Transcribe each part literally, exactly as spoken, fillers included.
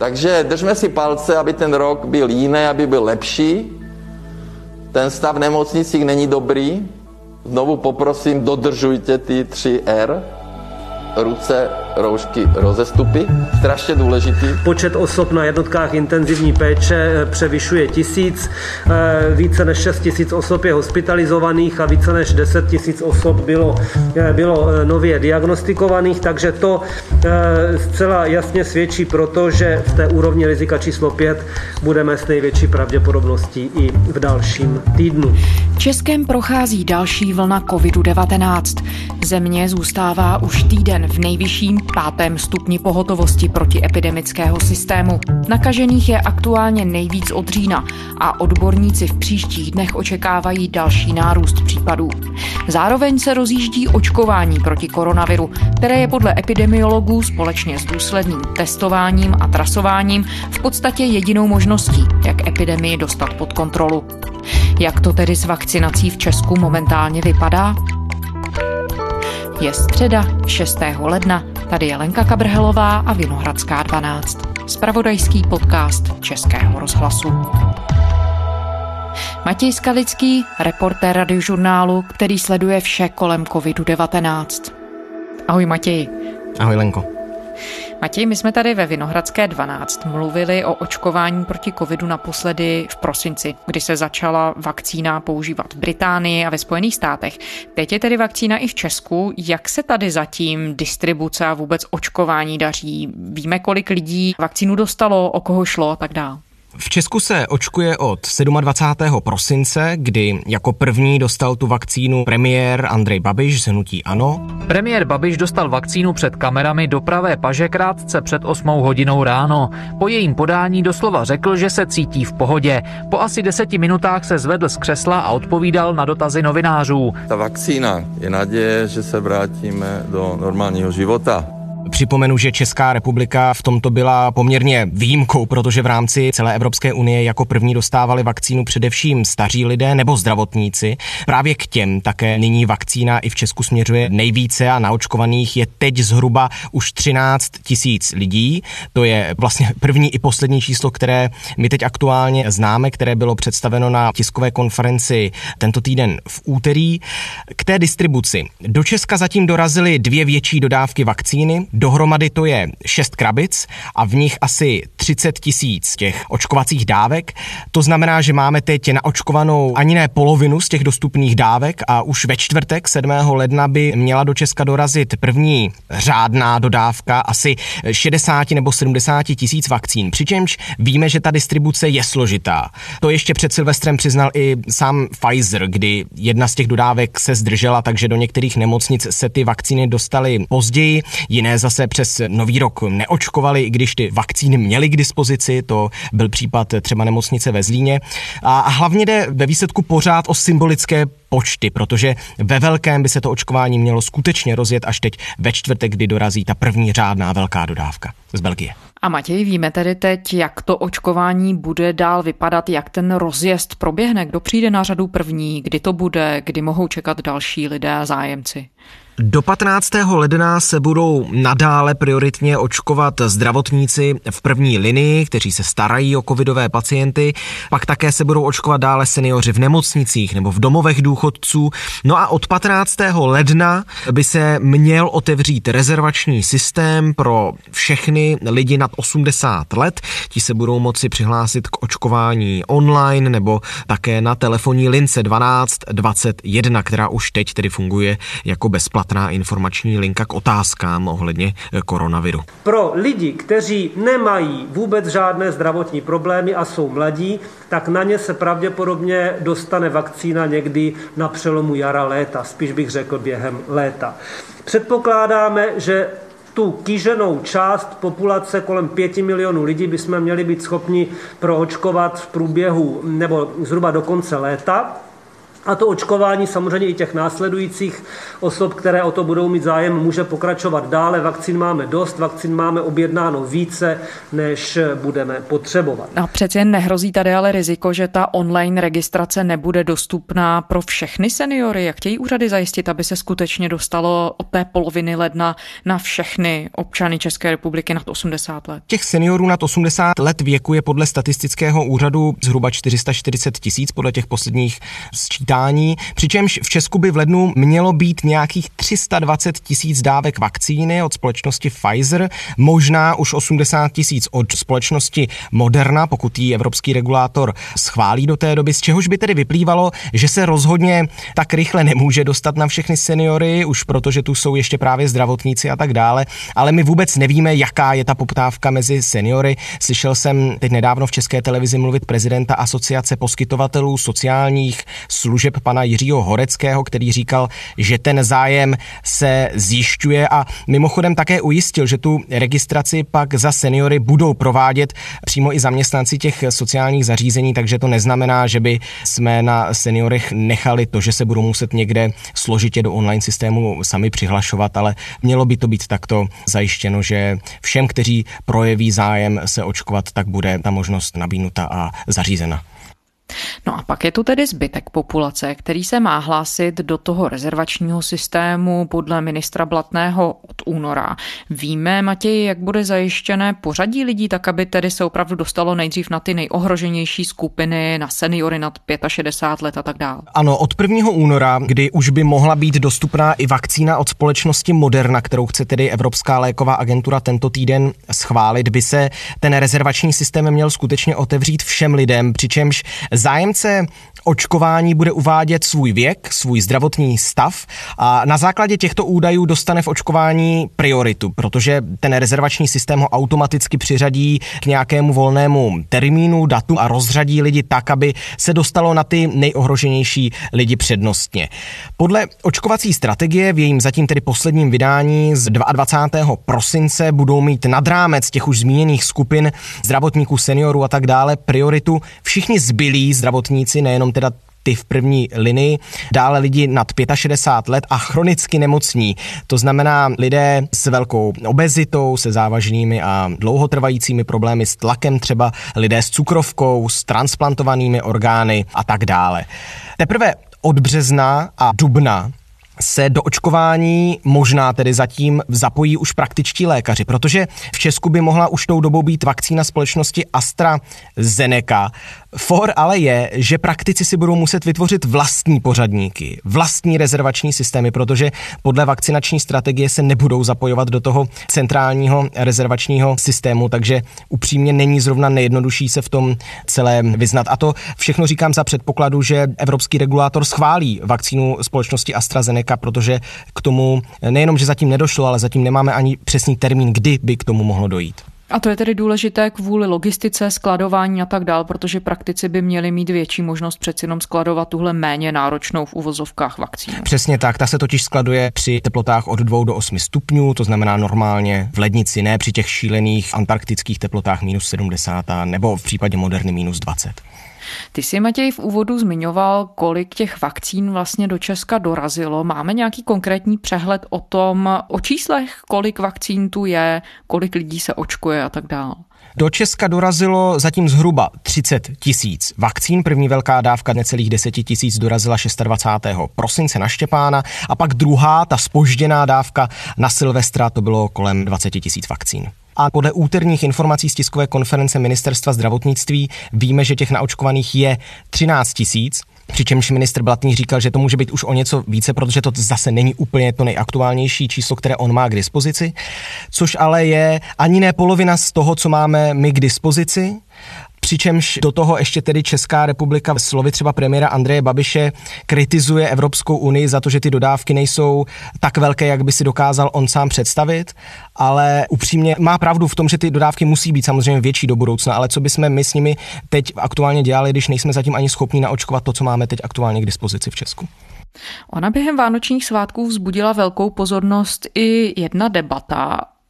Takže držme si palce, aby ten rok byl jiný, aby byl lepší. Ten stav v nemocnicích není dobrý. Znovu poprosím, dodržujte ty tři R. Ruce, roušky, rozestupy. Strašně důležitý. Počet osob na jednotkách intenzivní péče převyšuje tisíc. Více než šest tisíc osob je hospitalizovaných a více než deset tisíc osob bylo, bylo nově diagnostikovaných. Takže to zcela jasně svědčí proto, že v té úrovni rizika číslo pět budeme s největší pravděpodobností i v dalším týdnu. Českem prochází další vlna kovidu devatenáct. Země zůstává už týden v nejvyšším pátém stupni pohotovosti protiepidemického systému. Nakažených je aktuálně nejvíc od října a odborníci v příštích dnech očekávají další nárůst případů. Zároveň se rozjíždí očkování proti koronaviru, které je podle epidemiologů společně s důsledným testováním a trasováním v podstatě jedinou možností, jak epidemii dostat pod kontrolu. Jak to tedy s vakcinací v Česku momentálně vypadá? Je středa, šestého ledna, tady je Lenka Kabrhelová a Vinohradská dvanáct. Zpravodajský podcast Českého rozhlasu. Matěj Skalický, reportér Radiožurnálu, který sleduje vše kolem kovidu devatenáct. Ahoj Matěj. Ahoj Lenko. Matěj, my jsme tady ve Vinohradské dvanáct mluvili o očkování proti covidu naposledy v prosinci, kdy se začala vakcína používat v Británii a ve Spojených státech. Teď je tedy vakcína i v Česku. Jak se tady zatím distribuce a vůbec očkování daří? Víme, kolik lidí vakcínu dostalo, o koho šlo a tak dále? V Česku se očkuje od dvacátého sedmého prosince, kdy jako první dostal tu vakcínu premiér Andrej Babiš z hnutí ANO. Premiér Babiš dostal vakcínu před kamerami do pravé paže krátce před osmou hodinou ráno. Po jejím podání doslova řekl, že se cítí v pohodě. Po asi deseti minutách se zvedl z křesla a odpovídal na dotazy novinářů. Ta vakcína je naděje, že se vrátíme do normálního života. Připomenu, že Česká republika v tomto byla poměrně výjimkou, protože v rámci celé Evropské unie jako první dostávali vakcínu především staří lidé nebo zdravotníci. Právě k těm také nyní vakcína i v Česku směřuje nejvíce a naočkovaných je teď zhruba už třináct tisíc lidí. To je vlastně první i poslední číslo, které my teď aktuálně známe, které bylo představeno na tiskové konferenci tento týden v úterý. K té distribuci. Do Česka zatím dorazily dvě větší dodávky vakcíny. Dohromady to je šest krabic a v nich asi třicet tisíc těch očkovacích dávek. To znamená, že máme teď naočkovanou ani ne polovinu z těch dostupných dávek a už ve čtvrtek sedmého ledna by měla do Česka dorazit první řádná dodávka asi šedesát nebo sedmdesát tisíc vakcín. Přičemž víme, že ta distribuce je složitá. To ještě před Silvestrem přiznal i sám Pfizer, kdy jedna z těch dodávek se zdržela, takže do některých nemocnic se ty vakcíny dostaly později, jiné zase přes Nový rok neočkovali, i když ty vakcíny měly k dispozici, to byl případ třeba nemocnice ve Zlíně. A hlavně jde ve výsledku pořád o symbolické počty, protože ve velkém by se to očkování mělo skutečně rozjet až teď ve čtvrtek, kdy dorazí ta první řádná velká dodávka z Belgie. A Matěj, víme tedy teď, jak to očkování bude dál vypadat, jak ten rozjezd proběhne, kdo přijde na řadu první, kdy to bude, kdy mohou čekat další lidé a zájemci? Do patnáctého ledna se budou nadále prioritně očkovat zdravotníci v první linii, kteří se starají o covidové pacienty, pak také se budou očkovat dále seniori v nemocnicích nebo v domovech důchodců. No a od patnáctého ledna by se měl otevřít rezervační systém pro všechny lidi nad osmdesát let. Ti se budou moci přihlásit k očkování online nebo také na telefonní lince dvanáct dvacet jedna, která už teď tedy funguje jako bezplatná informační linka k otázkám ohledně koronaviru. Pro lidi, kteří nemají vůbec žádné zdravotní problémy a jsou mladí, tak na ně se pravděpodobně dostane vakcína někdy na přelomu jara léta, spíš bych řekl během léta. Předpokládáme, že tu kýženou část populace kolem pěti milionů lidí bychom měli být schopni proočkovat v průběhu nebo zhruba do konce léta. A to očkování samozřejmě i těch následujících osob, které o to budou mít zájem, může pokračovat dále. Vakcín máme dost, vakcín máme objednáno více, než budeme potřebovat. A přece jen nehrozí tady ale riziko, že ta online registrace nebude dostupná pro všechny seniory? Jak chtějí úřady zajistit, aby se skutečně dostalo od té poloviny ledna na všechny občany České republiky nad osmdesát let? Těch seniorů nad osmdesát let věku je podle statistického úřadu zhruba čtyři sta čtyřicet tisíc podle těch posledních sčítání. Přičemž v Česku by v lednu mělo být nějakých tři sta dvacet tisíc dávek vakcíny od společnosti Pfizer, možná už osmdesát tisíc od společnosti Moderna, pokud ji evropský regulátor schválí do té doby, z čehož by tedy vyplývalo, že se rozhodně tak rychle nemůže dostat na všechny seniory, už protože tu jsou ještě právě zdravotníci a tak dále, ale my vůbec nevíme, jaká je ta poptávka mezi seniory. Slyšel jsem teď nedávno v České televizi mluvit prezidenta Asociace poskytovatelů sociálních služeb pana Jiřího Horeckého, který říkal, že ten zájem se zjišťuje a mimochodem také ujistil, že tu registraci pak za seniory budou provádět přímo i zaměstnanci těch sociálních zařízení, takže to neznamená, že by jsme na seniorech nechali to, že se budou muset někde složitě do online systému sami přihlašovat, ale mělo by to být takto zajištěno, že všem, kteří projeví zájem se očkovat, tak bude ta možnost nabídnuta a zařízena. No a pak je tu tedy zbytek populace, který se má hlásit do toho rezervačního systému podle ministra Blatného od února. Víme, Matěj, jak bude zajištěné pořadí lidí, tak aby tedy se opravdu dostalo nejdřív na ty nejohroženější skupiny, na seniory nad šedesát pět let a tak dále? Ano, od prvního února, kdy už by mohla být dostupná i vakcína od společnosti Moderna, kterou chce tedy Evropská léková agentura tento týden schválit, by se ten rezervační systém měl skutečně otevřít všem lidem, přičemž zájemce očkování bude uvádět svůj věk, svůj zdravotní stav a na základě těchto údajů dostane v očkování prioritu, protože ten rezervační systém ho automaticky přiřadí k nějakému volnému termínu, datu a rozřadí lidi tak, aby se dostalo na ty nejohroženější lidi přednostně. Podle očkovací strategie v jejím zatím tedy posledním vydání z dvacátého druhého prosince budou mít nad rámec těch už zmíněných skupin zdravotníků, seniorů a tak dále prioritu všichni zbylí zdravotníci, nejenom teda ty v první linii, dále lidi nad šedesát pět let a chronicky nemocní. To znamená lidé s velkou obezitou, se závažnými a dlouhotrvajícími problémy s tlakem, třeba lidé s cukrovkou, s transplantovanými orgány a tak dále. Teprve od března a dubna se do očkování možná tedy zatím zapojí už praktičtí lékaři, protože v Česku by mohla už tou dobou být vakcína společnosti AstraZeneca. For ale je, že praktici si budou muset vytvořit vlastní pořadníky, vlastní rezervační systémy, protože podle vakcinační strategie se nebudou zapojovat do toho centrálního rezervačního systému, takže upřímně není zrovna nejjednodušší se v tom celé vyznat. A to všechno říkám za předpokladu, že evropský regulátor schválí vakcínu společnosti AstraZeneca, protože k tomu nejenom, že zatím nedošlo, ale zatím nemáme ani přesný termín, kdy by k tomu mohlo dojít. A to je tedy důležité kvůli logistice, skladování a tak dál, protože praktici by měli mít větší možnost přeci jenom skladovat tuhle méně náročnou v uvozovkách vakcínu. Přesně tak, ta se totiž skladuje při teplotách od dvou do osmi stupňů, to znamená normálně v lednici, ne při těch šílených antarktických teplotách minus sedmdesát nebo v případě Moderny minus dvacet. Ty jsi, Matěj, v úvodu zmiňoval, kolik těch vakcín vlastně do Česka dorazilo. Máme nějaký konkrétní přehled o tom, o číslech, kolik vakcín tu je, kolik lidí se očkuje a tak dále? Do Česka dorazilo zatím zhruba třicet tisíc vakcín. První velká dávka necelých deset tisíc dorazila dvacátého šestého prosince na Štěpána a pak druhá, ta zpožděná dávka na Silvestra, to bylo kolem dvacet tisíc vakcín. A podle úterních informací z tiskové konference Ministerstva zdravotnictví víme, že těch naočkovaných je třináct tisíc, přičemž ministr Blatný říkal, že to může být už o něco více, protože to zase není úplně to nejaktuálnější číslo, které on má k dispozici, což ale je ani ne polovina z toho, co máme my k dispozici. Přičemž do toho ještě tedy Česká republika slovy třeba premiéra Andreje Babiše kritizuje Evropskou unii za to, že ty dodávky nejsou tak velké, jak by si dokázal on sám představit, ale upřímně má pravdu v tom, že ty dodávky musí být samozřejmě větší do budoucna, ale co bychom my s nimi teď aktuálně dělali, když nejsme zatím ani schopni naočkovat to, co máme teď aktuálně k dispozici v Česku. Ona během vánočních svátků vzbudila velkou pozornost i jedna debata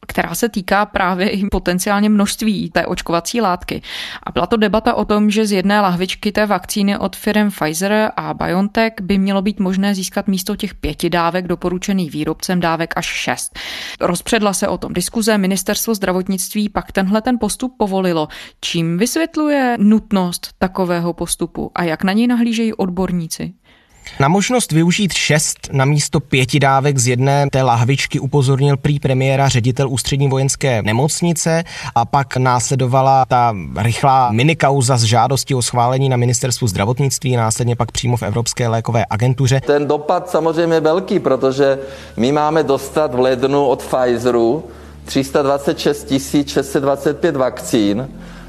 která se týká právě i potenciálně množství té očkovací látky. A byla to debata o tom, že z jedné lahvičky té vakcíny od firem Pfizer a BioNTech by mělo být možné získat místo těch pěti dávek doporučených výrobcem dávek až šest. Rozpředla se o tom diskuze, ministerstvo zdravotnictví pak tenhle ten postup povolilo. Čím vysvětluje nutnost takového postupu a jak na něj nahlížejí odborníci? Na možnost využít šest na místo pěti dávek z jedné té lahvičky upozornil prý premiéra ředitel ústřední vojenské nemocnice a pak následovala ta rychlá minikauza z žádosti o schválení na ministerstvu zdravotnictví, následně pak přímo v Evropské lékové agentuře. Ten dopad samozřejmě je velký, protože my máme dostat v lednu od Pfizeru tři sta dvacet šest tisíc šest set dvacet pět vakcín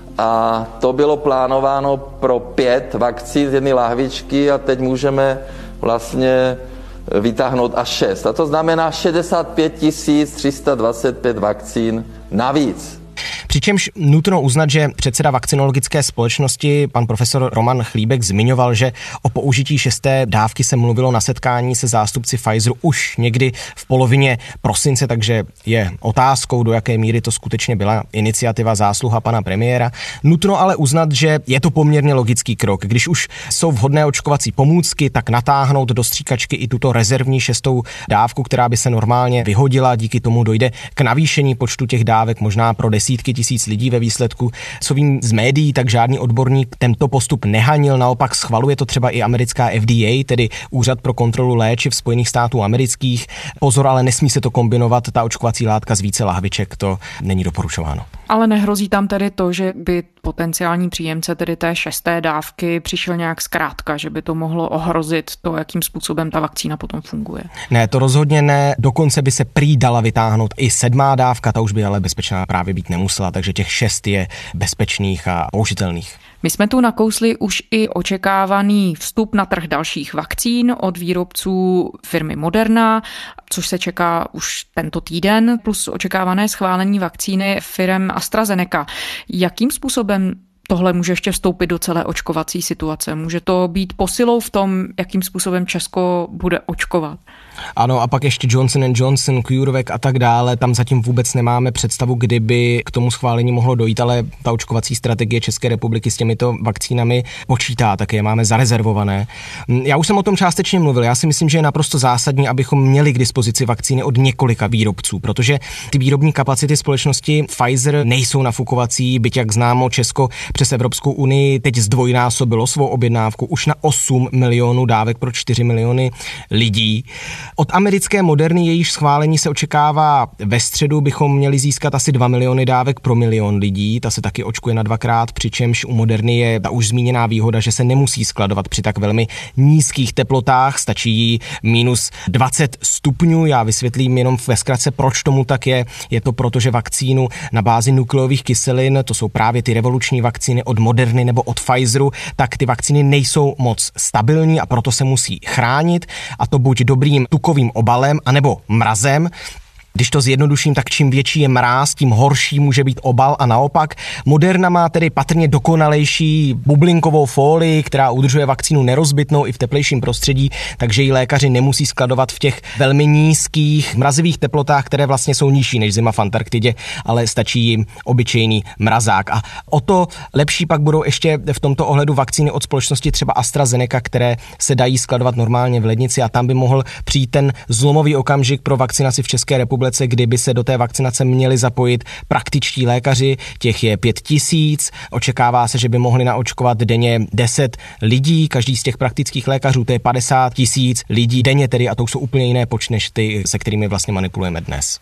a to bylo plánováno pro pět vakcín z jedné lahvičky a teď můžeme vlastně vytáhnout až šest. A to znamená šedesát pět tisíc tři sta dvacet pět vakcín navíc. Přičemž nutno uznat, že předseda vakcinologické společnosti, pan profesor Roman Chlíbek, zmiňoval, že o použití šesté dávky se mluvilo na setkání se zástupci Pfizeru už někdy v polovině prosince, takže je otázkou, do jaké míry to skutečně byla iniciativa, zásluha pana premiéra. Nutno ale uznat, že je to poměrně logický krok. Když už jsou vhodné očkovací pomůcky, tak natáhnout do stříkačky i tuto rezervní šestou dávku, která by se normálně vyhodila, díky tomu dojde k navýšení počtu těch dávek možná pro desítky tisíc lidí ve výsledku. Co vím z médií, tak žádný odborník tento postup nehanil, naopak schvaluje to třeba i americká F D A, tedy Úřad pro kontrolu léčiv Spojených států amerických. Pozor, ale nesmí se to kombinovat, ta očkovací látka z více lahviček, to není doporučováno. Ale nehrozí tam tedy to, že by potenciální příjemce tedy té šesté dávky přišel nějak zkrátka, že by to mohlo ohrozit to, jakým způsobem ta vakcína potom funguje? Ne, to rozhodně ne, dokonce by se prý dala vytáhnout i sedmá dávka, ta už by ale bezpečná právě být nemusela, takže těch šest je bezpečných a použitelných. My jsme tu nakousli už i očekávaný vstup na trh dalších vakcín od výrobců firmy Moderna, což se čeká už tento týden, plus očekávané schválení vakcíny firem AstraZeneca. Jakým způsobem tohle může ještě vstoupit do celé očkovací situace? Může to být posilou v tom, jakým způsobem Česko bude očkovat? Ano, a pak ještě Johnson and Johnson, CureVac a tak dále. Tam zatím vůbec nemáme představu, kdyby k tomu schválení mohlo dojít, ale ta očkovací strategie České republiky s těmito vakcínami počítá, také je máme zarezervované. Já už jsem o tom částečně mluvil. Já si myslím, že je naprosto zásadní, abychom měli k dispozici vakcíny od několika výrobců, protože ty výrobní kapacity společnosti Pfizer nejsou nafukovací, byť jak známo Česko přes Evropskou unii teď zdvojnásobilo svou objednávku už na osm milionů dávek pro čtyři miliony lidí. Od americké Moderny, jejíž schválení se očekává ve středu, bychom měli získat asi dva miliony dávek pro milion lidí. Ta se taky očkuje na dvakrát, přičemž u Moderny je ta už zmíněná výhoda, že se nemusí skladovat při tak velmi nízkých teplotách, stačí jí minus dvacet stupňů. Já vysvětlím jenom ve zkratce, proč tomu tak je. Je to proto, že vakcínu na bázi nukleových kyselin, to jsou právě ty revoluční vakcíny od Moderny nebo od Pfizeru, tak ty vakcíny nejsou moc stabilní a proto se musí chránit, a to buď dobrým tukovým obalem anebo mrazem. Když to zjednoduším, tak čím větší je mráz, tím horší může být obal a naopak. Moderna má tedy patrně dokonalejší bublinkovou folii, která udržuje vakcínu nerozbitnou i v teplejším prostředí, takže ji lékaři nemusí skladovat v těch velmi nízkých mrazivých teplotách, které vlastně jsou nižší než zima v Antarktidě, ale stačí jim obyčejný mrazák. A o to lepší pak budou ještě v tomto ohledu vakcíny od společnosti třeba AstraZeneca, které se dají skladovat normálně v lednici, a tam by mohl přijít ten zlomový okamžik pro vakcinaci v České republice, kdyby se do té vakcinace měli zapojit praktičtí lékaři, těch je pět tisíc, očekává se, že by mohli naočkovat denně deset lidí, každý z těch praktických lékařů, to je padesát tisíc lidí denně tedy, a to jsou úplně jiné počty než ty, se kterými vlastně manipulujeme dnes.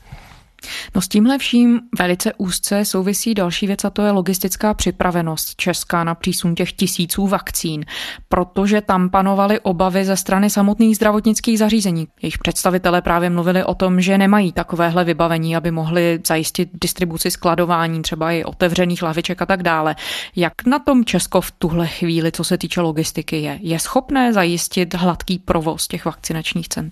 No s tímhle vším velice úzce souvisí další věc, a to je logistická připravenost Česka na přísun těch tisíců vakcín, protože tam panovaly obavy ze strany samotných zdravotnických zařízení. Jejich představitelé právě mluvili o tom, že nemají takovéhle vybavení, aby mohli zajistit distribuci, skladování třeba i otevřených lahviček a tak dále. Jak na tom Česko v tuhle chvíli, co se týče logistiky, je? Je schopné zajistit hladký provoz těch vakcinačních center?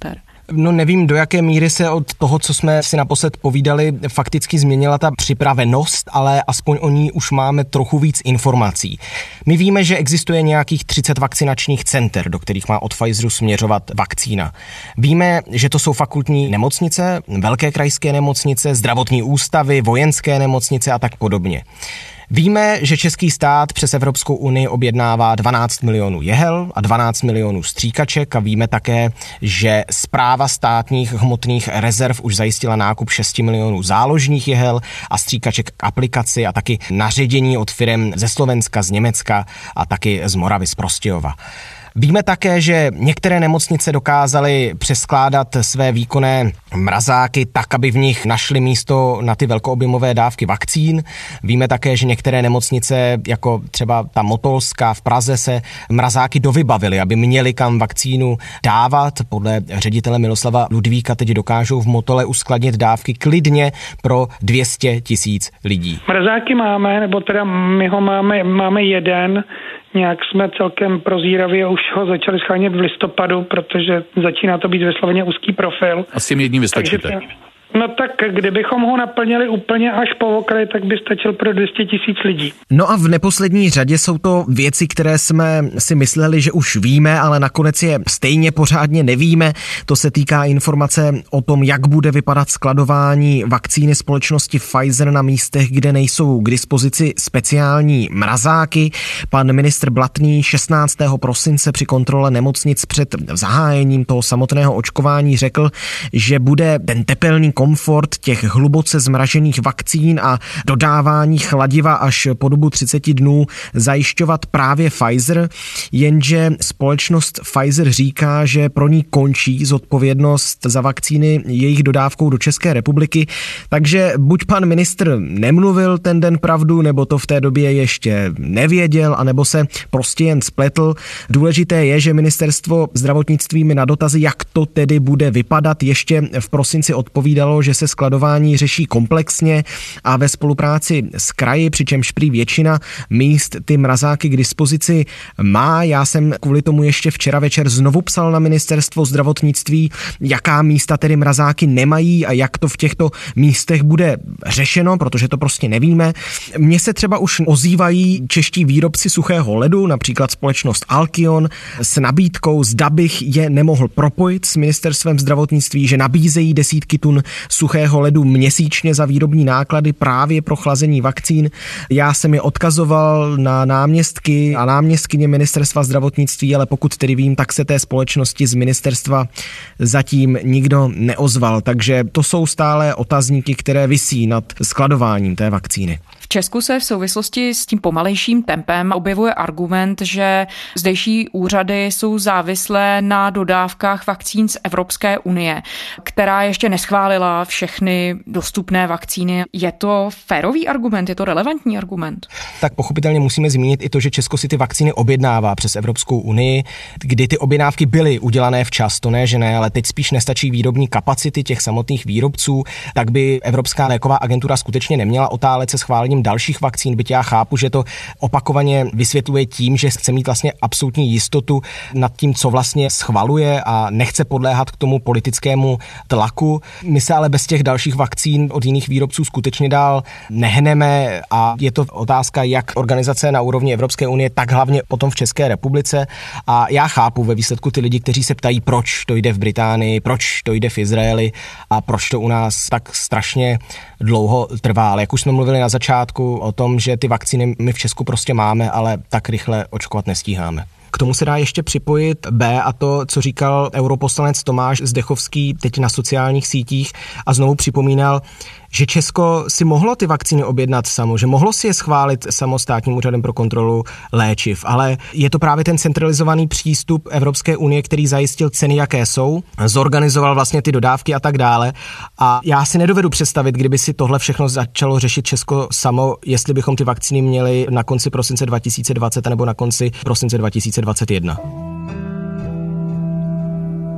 No nevím, do jaké míry se od toho, co jsme si naposled povídali, fakticky změnila ta připravenost, ale aspoň o ní už máme trochu víc informací. My víme, že existuje nějakých třicet vakcinačních center, do kterých má od Pfizeru směřovat vakcína. Víme, že to jsou fakultní nemocnice, velké krajské nemocnice, zdravotní ústavy, vojenské nemocnice a tak podobně. Víme, že český stát přes Evropskou unii objednává dvanáct milionů jehel a dvanáct milionů stříkaček a víme také, že Správa státních hmotných rezerv už zajistila nákup šest milionů záložních jehel a stříkaček k aplikaci a taky naředění od firem ze Slovenska, z Německa a taky z Moravy, z Prostějova. Víme také, že některé nemocnice dokázaly přeskládat své výkonné mrazáky tak, aby v nich našli místo na ty velkoobjemové dávky vakcín. Víme také, že některé nemocnice, jako třeba ta Motolská v Praze, se mrazáky dovybavily, aby měli kam vakcínu dávat. Podle ředitele Miloslava Ludvíka teď dokážou v Motole uskladnit dávky klidně pro dvě stě tisíc lidí. Mrazáky máme, nebo teda my ho máme, máme jeden. Nějak jsme celkem prozíravě už ho začali schánět v listopadu, protože začíná to být vysloveně úzký profil. A s tím jedním vystačíte? Takže, no tak kdybychom ho naplnili úplně až po okraj, tak by stačil pro dvě stě tisíc lidí. No a v neposlední řadě jsou to věci, které jsme si mysleli, že už víme, ale nakonec je stejně pořádně nevíme. To se týká informace o tom, jak bude vypadat skladování vakcíny společnosti Pfizer na místech, kde nejsou k dispozici speciální mrazáky. Pan ministr Blatný šestnáctého prosince při kontrole nemocnic před zahájením toho samotného očkování řekl, že bude ten tepelný komfort těch hluboce zmražených vakcín a dodávání chladiva až po dobu třicet dnů zajišťovat právě Pfizer, jenže společnost Pfizer říká, že pro ní končí zodpovědnost za vakcíny jejich dodávkou do České republiky, takže buď pan ministr nemluvil ten den pravdu, nebo to v té době ještě nevěděl, anebo se prostě jen spletl. Důležité je, že ministerstvo zdravotnictví mi na dotazy, jak to tedy bude vypadat, ještě v prosinci odpovídalo, že se skladování řeší komplexně a ve spolupráci s kraji, přičemž prý většina míst ty mrazáky k dispozici má. Já jsem kvůli tomu ještě včera večer znovu psal na ministerstvo zdravotnictví, jaká místa tedy mrazáky nemají a jak to v těchto místech bude řešeno, protože to prostě nevíme. Mně se třeba už ozývají čeští výrobci suchého ledu, například společnost Alkion, s nabídkou, zda bych je nemohl propojit s ministerstvem zdravotnictví, že nabízejí desítky tun suchého ledu měsíčně za výrobní náklady právě pro chlazení vakcín. Já jsem je odkazoval na náměstky a náměstkyně ministerstva zdravotnictví, ale pokud tedy vím, tak se té společnosti z ministerstva zatím nikdo neozval. Takže to jsou stále otazníky, které visí nad skladováním té vakcíny. V Česku se v souvislosti s tím pomalejším tempem objevuje argument, že zdejší úřady jsou závislé na dodávkách vakcín z Evropské unie, která ještě neschválila všechny dostupné vakcíny. Je to férový argument, je to relevantní argument? Tak pochopitelně musíme zmínit i to, že Česko si ty vakcíny objednává přes Evropskou unii, kdy ty objednávky byly udělané včas, to ne, že ne, ale teď spíš nestačí výrobní kapacity těch samotných výrobců, tak by Evropská léková agentura skutečně neměla otálet se schválením dalších vakcín, byť já chápu, že to opakovaně vysvětluje tím, že chce mít vlastně absolutní jistotu nad tím, co vlastně schvaluje a nechce podléhat k tomu politickému tlaku. My se ale bez těch dalších vakcín od jiných výrobců skutečně dál nehneme a je to otázka jak organizace na úrovni Evropské unie, tak hlavně potom v České republice. A já chápu ve výsledku ty lidi, kteří se ptají, proč to jde v Británii, proč to jde v Izraeli a proč to u nás tak strašně dlouho trvá. Ale jak už jsme mluvili na začátku o tom, že ty vakcíny my v Česku prostě máme, ale tak rychle očkovat nestíháme. K tomu se dá ještě připojit B a to, co říkal europoslanec Tomáš Zdechovský teď na sociálních sítích a znovu připomínal, že Česko si mohlo ty vakcíny objednat samo, že mohlo si je schválit samostátním úřadem pro kontrolu léčiv, ale je to právě ten centralizovaný přístup Evropské unie, který zajistil ceny, jaké jsou, zorganizoval vlastně ty dodávky a tak dále. A já si nedovedu představit, kdyby si tohle všechno začalo řešit Česko samo, jestli bychom ty vakcíny měli na konci prosince dva tisíce dvacet nebo na konci prosince dva tisíce dvacet jedna.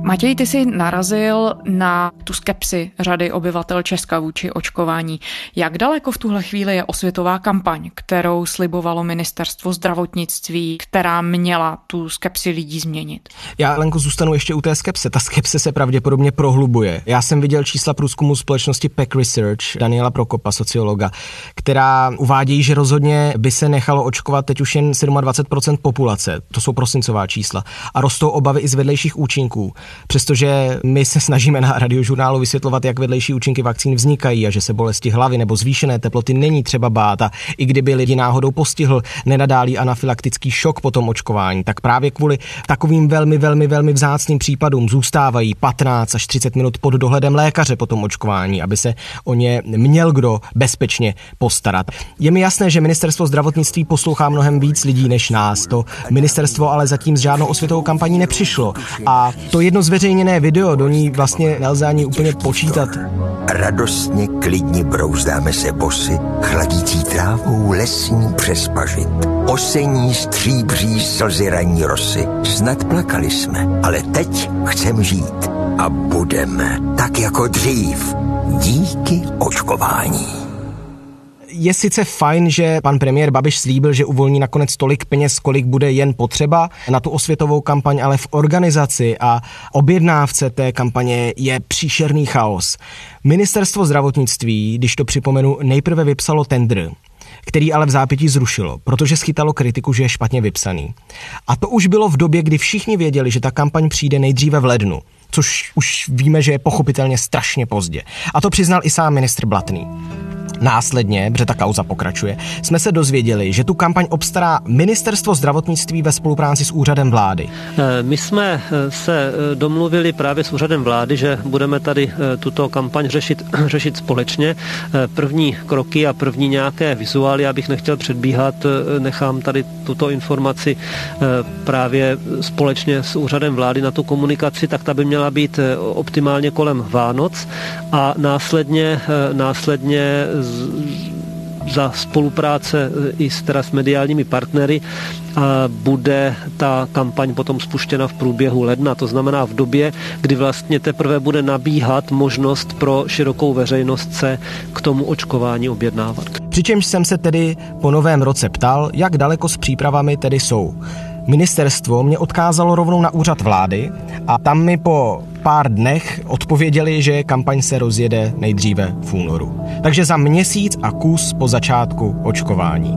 Matěj, ty jsi narazil na tu skepsi řady obyvatel Česka vůči očkování. Jak daleko v tuhle chvíli je osvětová kampaň, kterou slibovalo ministerstvo zdravotnictví, která měla tu skepsi lidí změnit? Já, Lenko, zůstanu ještě u té skepse. Ta skepse se pravděpodobně prohlubuje. Já jsem viděl čísla průzkumu společnosti P E C Research, Daniela Prokopa, sociologa, která uvádí, že rozhodně by se nechalo očkovat teď už jen dvacet sedm procent populace. To jsou prosincová čísla. A rostou obavy i z vedlejších účinků. Přestože my se snažíme na Radiožurnálu vysvětlovat, jak vedlejší účinky vakcín vznikají a že se bolesti hlavy nebo zvýšené teploty není třeba bát, a i kdyby lidi náhodou postihl nenadálý anafylaktický šok po tom očkování, tak právě kvůli takovým velmi, velmi, velmi vzácným případům zůstávají patnáct až třicet minut pod dohledem lékaře po tom očkování, aby se o ně měl kdo bezpečně postarat. Je mi jasné, že ministerstvo zdravotnictví poslouchá mnohem víc lidí než nás. To ministerstvo ale zatím s žádnou osvětovou kampaní nepřišlo. A to jedno zveřejněné video, do ní vlastně nelze ani úplně počítat. Radostně, klidně brouzdáme se bosy, chladící trávou lesní přespažit. Osení stříbří slzy ranní rosy. Snad plakali jsme, ale teď chcem žít. A budeme tak jako dřív. Díky očkování. Je sice fajn, že pan premiér Babiš slíbil, že uvolní nakonec tolik peněz, kolik bude jen potřeba na tu osvětovou kampaň, ale v organizaci a objednávce té kampaně je příšerný chaos. Ministerstvo zdravotnictví, když to připomenu, nejprve vypsalo tendr, který ale v zápětí zrušilo, protože schytalo kritiku, že je špatně vypsaný. A to už bylo v době, kdy všichni věděli, že ta kampaň přijde nejdříve v lednu, což už víme, že je pochopitelně strašně pozdě. A to přiznal i sám ministr Blatný. Následně, protože ta kauza pokračuje, jsme se dozvěděli, že tu kampaň obstará ministerstvo zdravotnictví ve spolupráci s úřadem vlády. My jsme se domluvili právě s úřadem vlády, že budeme tady tuto kampaň řešit, řešit společně. První kroky a první nějaké vizuály, abych nechtěl předbíhat, nechám tady tuto informaci právě společně s úřadem vlády na tu komunikaci, tak ta by měla být optimálně kolem Vánoc a následně, následně za spolupráce i s, teda s mediálními partnery a bude ta kampaň potom spuštěna v průběhu ledna. To znamená v době, kdy vlastně teprve bude nabíhat možnost pro širokou veřejnost se k tomu očkování objednávat. Přičemž jsem se tedy po novém roce ptal, jak daleko s přípravami tedy jsou. Ministerstvo mě odkázalo rovnou na úřad vlády a tam mi po pár dnech odpověděli, že kampaň se rozjede nejdříve v únoru. Takže za měsíc a kus po začátku očkování.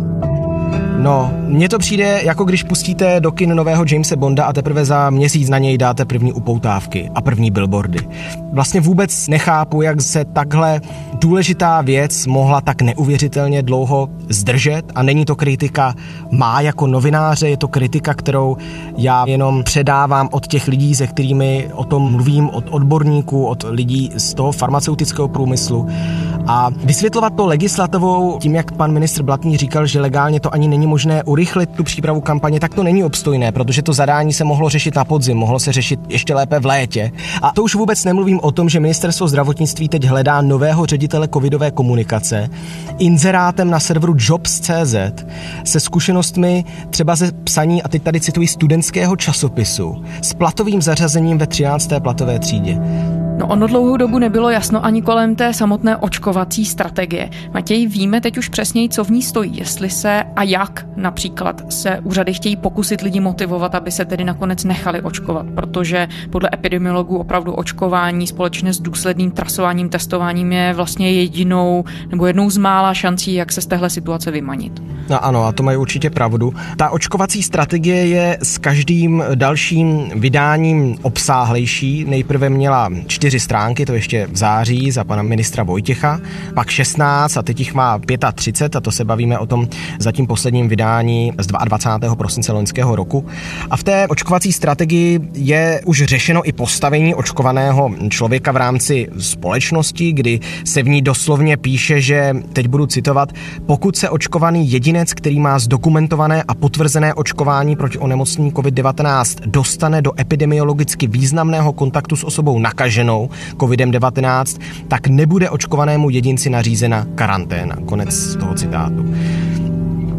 No, mně to přijde, jako když pustíte do kin nového Jamese Bonda a teprve za měsíc na něj dáte první upoutávky a první billboardy. Vlastně vůbec nechápu, jak se takhle důležitá věc mohla tak neuvěřitelně dlouho zdržet a není to kritika má jako novináře, je to kritika, kterou já jenom předávám od těch lidí, se kterými o tom mluvím, od odborníků, od lidí z toho farmaceutického průmyslu. A vysvětlovat to legislativou tím, jak pan ministr Blatný říkal, že legálně to ani není možné urychlit tu přípravu kampaně, tak to není obstojné, protože to zadání se mohlo řešit na podzim, mohlo se řešit ještě lépe v létě. A to už vůbec nemluvím o tom, že ministerstvo zdravotnictví teď hledá nového ředitele covidové komunikace inzerátem na serveru jobs tečka cé zet se zkušenostmi třeba ze psaní, a teď tady cituji, studentského časopisu s platovým zařazením ve třinácté platové třídě. No ono dlouhou dobu nebylo jasno ani kolem té samotné očkovací strategie. Matěj, víme teď už přesněji, co v ní stojí, jestli se a jak například se úřady chtějí pokusit lidi motivovat, aby se tedy nakonec nechali očkovat, protože podle epidemiologů opravdu očkování společně s důsledným trasováním, testováním je vlastně jedinou nebo jednou z mála šancí, jak se z téhle situace vymanit. No ano, a to mají určitě pravdu. Ta očkovací strategie je s každým dalším vydáním obsáhlejší. Nejprve měla čtyři stránky, to ještě v září za pana ministra Vojtěcha, pak šestnáct a teď jich má třicet pět a to se bavíme o tom zatím posledním vydání z dvacátého druhého prosince loňského roku. A v té očkovací strategii je už řešeno i postavení očkovaného člověka v rámci společnosti, kdy se v ní doslovně píše, že, teď budu citovat, pokud se očkovaný jedinec, který má zdokumentované a potvrzené očkování proti onemocnění covid devatenáct, dostane do epidemiologicky významného kontaktu s osobou nakaženou covid devatenáct, tak nebude očkovanému jedinci nařízena karanténa. Konec toho citátu.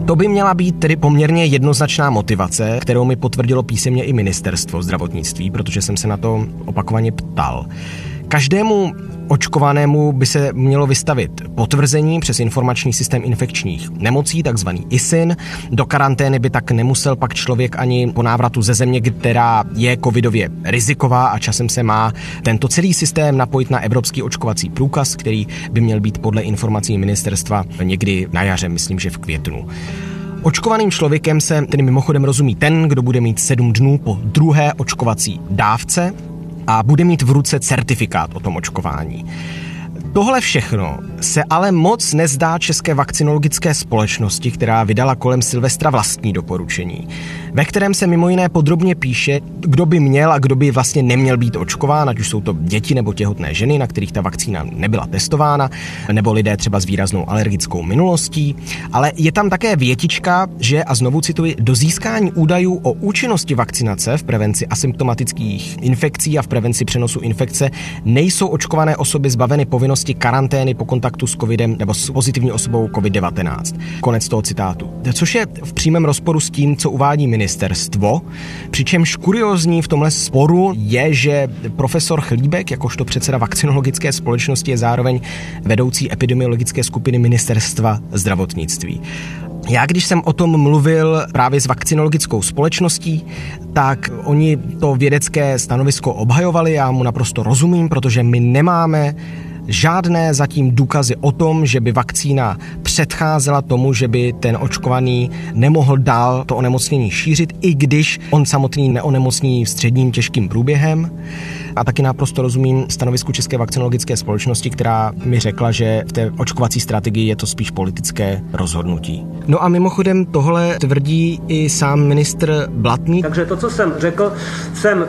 To by měla být tedy poměrně jednoznačná motivace, kterou mi potvrdilo písemně i ministerstvo zdravotnictví, protože jsem se na to opakovaně ptal. Každému očkovanému by se mělo vystavit potvrzení přes informační systém infekčních nemocí, takzvaný I S I N. Do karantény by tak nemusel pak člověk ani po návratu ze země, která je covidově riziková, a časem se má tento celý systém napojit na evropský očkovací průkaz, který by měl být podle informací ministerstva někdy na jaře, myslím, že v květnu. Očkovaným člověkem se tedy mimochodem rozumí ten, kdo bude mít sedm dnů po druhé očkovací dávce a bude mít v ruce certifikát o tom očkování. Tohle všechno se ale moc nezdá České vakcinologické společnosti, která vydala kolem Silvestra vlastní doporučení, ve kterém se mimo jiné podrobně píše, kdo by měl a kdo by vlastně neměl být očkován, ať už jsou to děti nebo těhotné ženy, na kterých ta vakcína nebyla testována, nebo lidé třeba s výraznou alergickou minulostí, ale je tam také větička, že, a znovu cituji, do získání údajů o účinnosti vakcinace v prevenci asymptomatických infekcí a v prevenci přenosu infekce nejsou očkované osoby zbaveny povinnosti karantény po kontaktu s covidem nebo s pozitivní osobou covid devatenáct. Konec toho citátu. Což je v přímém rozporu s tím, co uvádí ministerstvo, přičemž kuriózní v tomhle sporu je, že profesor Chlíbek, jakožto předseda vakcinologické společnosti, je zároveň vedoucí epidemiologické skupiny ministerstva zdravotnictví. Já, když jsem o tom mluvil právě s vakcinologickou společností, tak oni to vědecké stanovisko obhajovali, já mu naprosto rozumím, protože my nemáme žádné zatím důkazy o tom, že by vakcína předcházela tomu, že by ten očkovaný nemohl dál to onemocnění šířit, i když on samotný neonemocní středním těžkým průběhem. A taky naprosto rozumím stanovisku České vakcinologické společnosti, která mi řekla, že v té očkovací strategii je to spíš politické rozhodnutí. No a mimochodem tohle tvrdí i sám ministr Blatný. Takže to, co jsem řekl, jsem,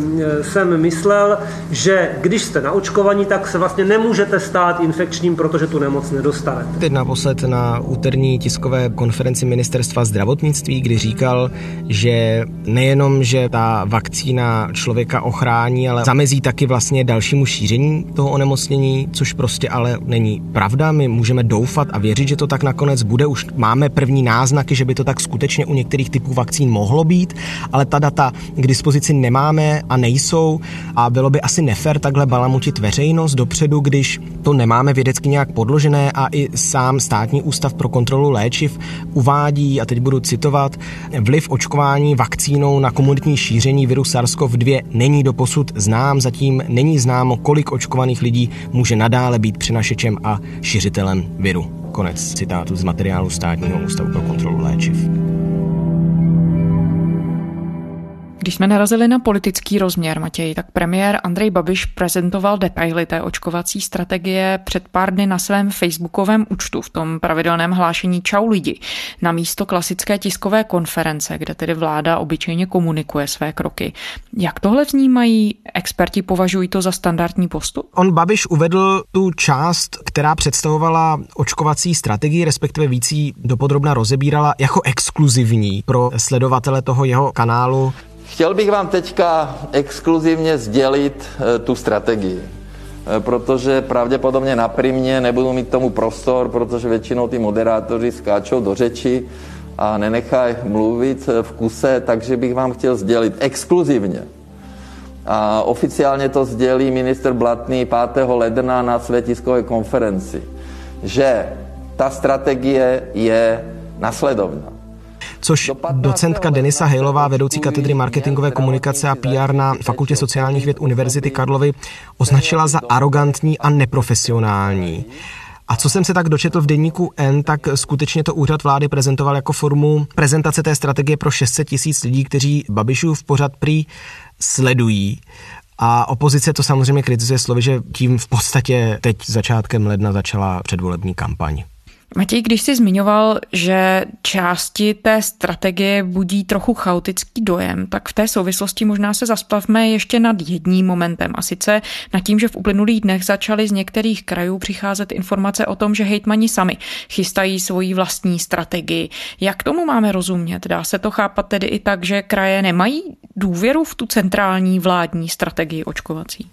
jsem myslel, že když jste naočkovaní, tak se vlastně nemůžete stát infekčním, protože tu nemoc nedostanete. Teď naposled na úterní tiskové konferenci ministerstva zdravotnictví, kdy říkal, že nejenom, že ta vakcína člověka ochrání, ale zamezí taky vlastně dalšímu šíření toho onemocnění, což prostě ale není pravda. My můžeme doufat a věřit, že to tak nakonec bude. Už máme první náznaky, že by to tak skutečně u některých typů vakcín mohlo být, ale ta data k dispozici nemáme a nejsou a bylo by asi nefér takhle balamutit veřejnost dopředu, když to nemáme vědecky nějak podložené, a i sám Státní ústav pro kontrolu léčiv uvádí, a teď budu citovat, vliv očkování vakcínou na komunitní šíření viru SARS-CoV dva není doposud znám. Zatím není známo, kolik očkovaných lidí může nadále být přenašečem a šiřitelem viru. Konec citátu z materiálu Státního ústavu pro kontrolu léčiv. Když jsme narazili na politický rozměr, Matěj, tak premiér Andrej Babiš prezentoval detaily té očkovací strategie před pár dny na svém facebookovém účtu v tom pravidelném hlášení Čau lidi, na místo klasické tiskové konference, kde tedy vláda obyčejně komunikuje své kroky. Jak tohle vnímají experti, považují to za standardní postup? On Babiš uvedl tu část, která představovala očkovací strategii, respektive víc ji dopodrobna rozebírala jako exkluzivní pro sledovatele toho jeho kanálu. Chtěl bych vám teďka exkluzivně sdělit e, tu strategii, e, protože pravděpodobně na Primě nebudu mít tomu prostor, protože většinou ty moderátoři skáčou do řeči a nenechají mluvit v kuse, takže bych vám chtěl sdělit exkluzivně. A oficiálně to sdělí ministr Blatný pátého ledna na své tiskové konferenci, že ta strategie je následovná. Což docentka Denisa Hejlová, vedoucí katedry marketingové komunikace a P R na Fakultě sociálních věd Univerzity Karlovy, označila za arrogantní a neprofesionální. A co jsem se tak dočetl v deníku N, tak skutečně to úřad vlády prezentoval jako formu prezentace té strategie pro šest set tisíc lidí, kteří Babišův pořad prý sledují. A opozice to samozřejmě kritizuje slovy, že tím v podstatě teď začátkem ledna začala předvolební kampaň. Matěj, když jsi zmiňoval, že části té strategie budí trochu chaotický dojem, tak v té souvislosti možná se zastavme ještě nad jedním momentem, a sice nad tím, že v uplynulých dnech začaly z některých krajů přicházet informace o tom, že hejtmani sami chystají svoji vlastní strategii. Jak tomu máme rozumět? Dá se to chápat tedy i tak, že kraje nemají důvěru v tu centrální vládní strategii očkovací?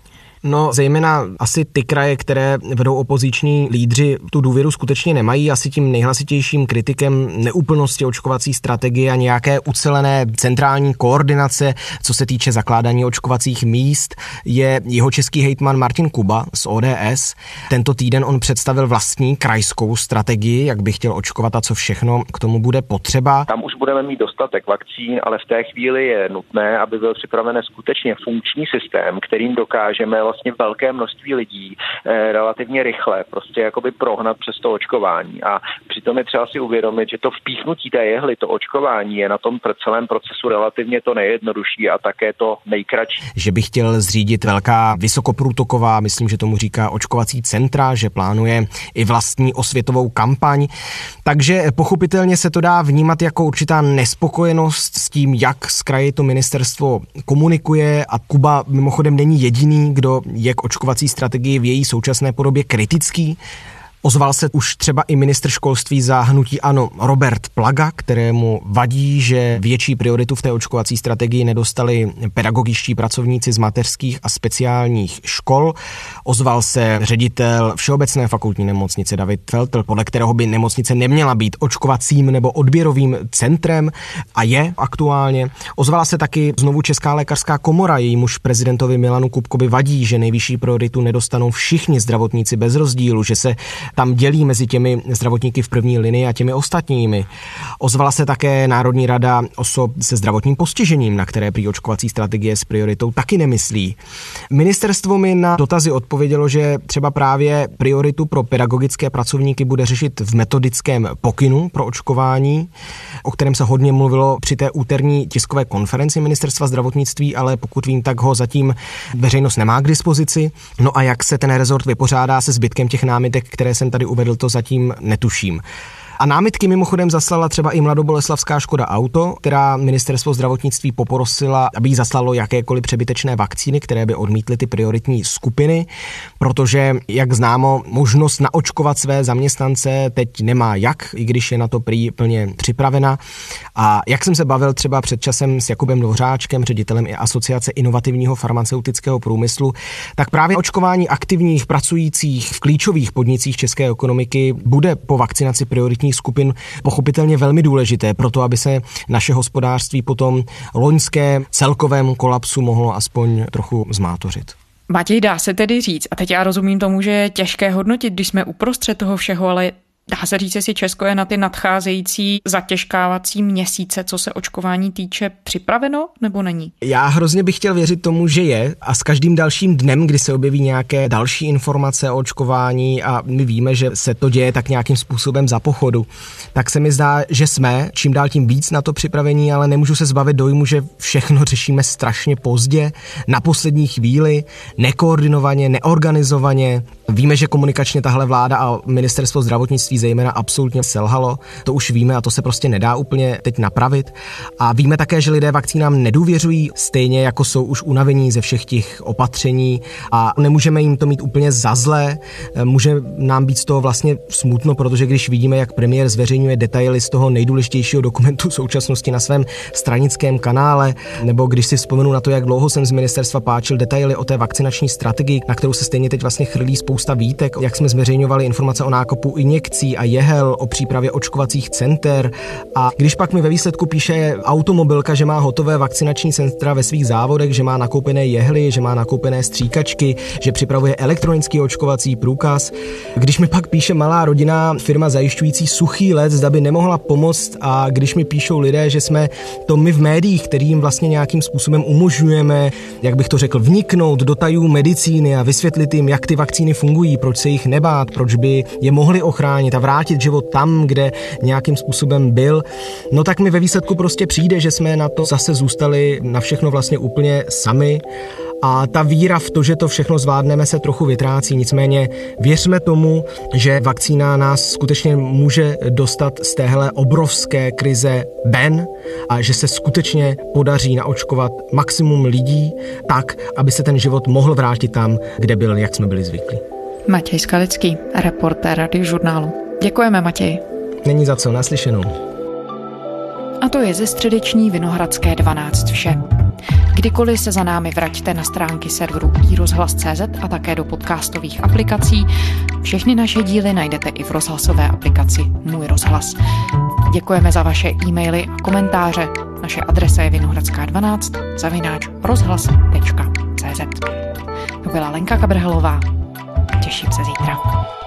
No, zejména asi ty kraje, které vedou opoziční lídři, tu důvěru skutečně nemají. Asi tím nejhlasitějším kritikem neúplnosti očkovací strategie a nějaké ucelené centrální koordinace, co se týče zakládání očkovacích míst, je jihočeský hejtman Martin Kuba z O D S. Tento týden on představil vlastní krajskou strategii, jak by chtěl očkovat a co všechno k tomu bude potřeba. Tam už budeme mít dostatek vakcín, ale v té chvíli je nutné, aby byl připraven skutečně funkční systém, kterým dokážeme vlastně velké množství lidí eh, relativně rychle prostě jakoby prohnat přes to očkování. A přitom je třeba si uvědomit, že to vpíchnutí té jehly, to očkování je na tom celém procesu relativně to nejjednodušší a také to nejkratší. Že by chtěl zřídit velká vysokoprůtoková, myslím, že tomu říká očkovací centra, že plánuje i vlastní osvětovou kampaň. Takže pochopitelně se to dá vnímat jako určitá nespokojenost s tím, jak z kraje to ministerstvo komunikuje, a Kuba mimochodem není jediný, kdo je k očkovací strategii v její současné podobě kritický. Ozval se už třeba i ministr školství za hnutí ANO Robert Plaga, kterému vadí, že větší prioritu v té očkovací strategii nedostali pedagogičtí pracovníci z mateřských a speciálních škol. Ozval se ředitel Všeobecné fakultní nemocnice David Feltl, podle kterého by nemocnice neměla být očkovacím nebo odběrovým centrem a je aktuálně. Ozvala se taky znovu Česká lékařská komora, jejímuž prezidentovi Milanu Kupkovi vadí, že nejvyšší prioritu nedostanou všichni zdravotníci bez rozdílu, že se tam dělí mezi těmi zdravotníky v první linii a těmi ostatními. Ozvala se také Národní rada osob se zdravotním postižením, na které prý očkovací strategie s prioritou taky nemyslí. Ministerstvo mi na dotazy odpovědělo, že třeba právě prioritu pro pedagogické pracovníky bude řešit v metodickém pokynu pro očkování, o kterém se hodně mluvilo při té úterní tiskové konferenci Ministerstva zdravotnictví, ale pokud vím, tak ho zatím veřejnost nemá k dispozici. No a jak se ten rezort vypořádá se zbytkem těch námitek, které jsem tady uvedl, to zatím netuším. A námitky mimochodem zaslala třeba i mladoboleslavská Škoda Auto, která ministerstvo zdravotnictví poprosila, aby jí zaslalo jakékoliv přebytečné vakcíny, které by odmítly ty prioritní skupiny, protože, jak známo, možnost naočkovat své zaměstnance teď nemá jak, i když je na to prý plně připravena. A jak jsem se bavil třeba před časem s Jakubem Dvořáčkem, ředitelem i Asociace inovativního farmaceutického průmyslu, tak právě očkování aktivních pracujících v klíčových podnicích české ekonomiky bude po vakcinaci prioritní skupin pochopitelně velmi důležité pro to, aby se naše hospodářství potom loňské celkovému kolapsu mohlo aspoň trochu zmátořit. Matěj, dá se tedy říct, a teď já rozumím tomu, že je těžké hodnotit, když jsme uprostřed toho všeho, ale dá se říct, jestli Česko je na ty nadcházející zatěžkávací měsíce, co se očkování týče, připraveno nebo není? Já hrozně bych chtěl věřit tomu, že je, a s každým dalším dnem, kdy se objeví nějaké další informace o očkování a my víme, že se to děje tak nějakým způsobem za pochodu, tak se mi zdá, že jsme čím dál tím víc na to připravení, ale nemůžu se zbavit dojmu, že všechno řešíme strašně pozdě, na poslední chvíli, nekoordinovaně, neorganizovaně. Víme, že komunikačně tahle vláda a ministerstvo zdravotnictví zejména absolutně selhalo, to už víme a to se prostě nedá úplně teď napravit. A víme také, že lidé vakcínám nedůvěřují, stejně jako jsou už unavení ze všech těch opatření a nemůžeme jim to mít úplně za zlé, může nám být z toho vlastně smutno, protože když vidíme, jak premiér zveřejňuje detaily z toho nejdůležitějšího dokumentu současnosti na svém stranickém kanále, nebo když si vzpomenu na to, jak dlouho jsem z ministerstva páčil detaily o té vakcinační strategii, na kterou se stejně teď vlastně chrlí spousta výtek, jak jsme zveřejňovali informace o nákupu injekcí a jehel, o přípravě očkovacích center, a když pak mi ve výsledku píše automobilka, že má hotové vakcinační centra ve svých závodech, že má nakoupené jehly, že má nakoupené stříkačky, že připravuje elektronický očkovací průkaz, když mi pak píše malá rodinná firma zajišťující suchý led, zda by nemohla pomoct, a když mi píšou lidé, že jsme to my v médiích, kterým vlastně nějakým způsobem umožňujeme, jak bych to řekl, vniknout do tajů medicíny a vysvětlit jim, jak ty vakcíny fungují, proč se jich nebát, proč by je mohli ochránit a vrátit život tam, kde nějakým způsobem byl, no tak mi ve výsledku prostě přijde, že jsme na to zase zůstali na všechno vlastně úplně sami. A ta víra v to, že to všechno zvládneme, se trochu vytrácí. Nicméně věřme tomu, že vakcína nás skutečně může dostat z téhle obrovské krize ven a že se skutečně podaří naočkovat maximum lidí tak, aby se ten život mohl vrátit tam, kde byl, jak jsme byli zvyklí. Matěj Skalický, reportér Radiožurnálu. Děkujeme, Matěj. Není za co, naslyšenou. A to je ze středeční Vinohradské dvanáct vše. Kdykoliv se za námi vraťte na stránky serveru i rozhlas tečka cé zet a také do podcastových aplikací. Všechny naše díly najdete i v rozhlasové aplikaci Můj rozhlas. Děkujeme za vaše e-maily a komentáře. Naše adresa je vinohradská dvanáct zavináč rozhlas tečka cé zet. To byla Lenka Kabrhelová. Těším se zítra.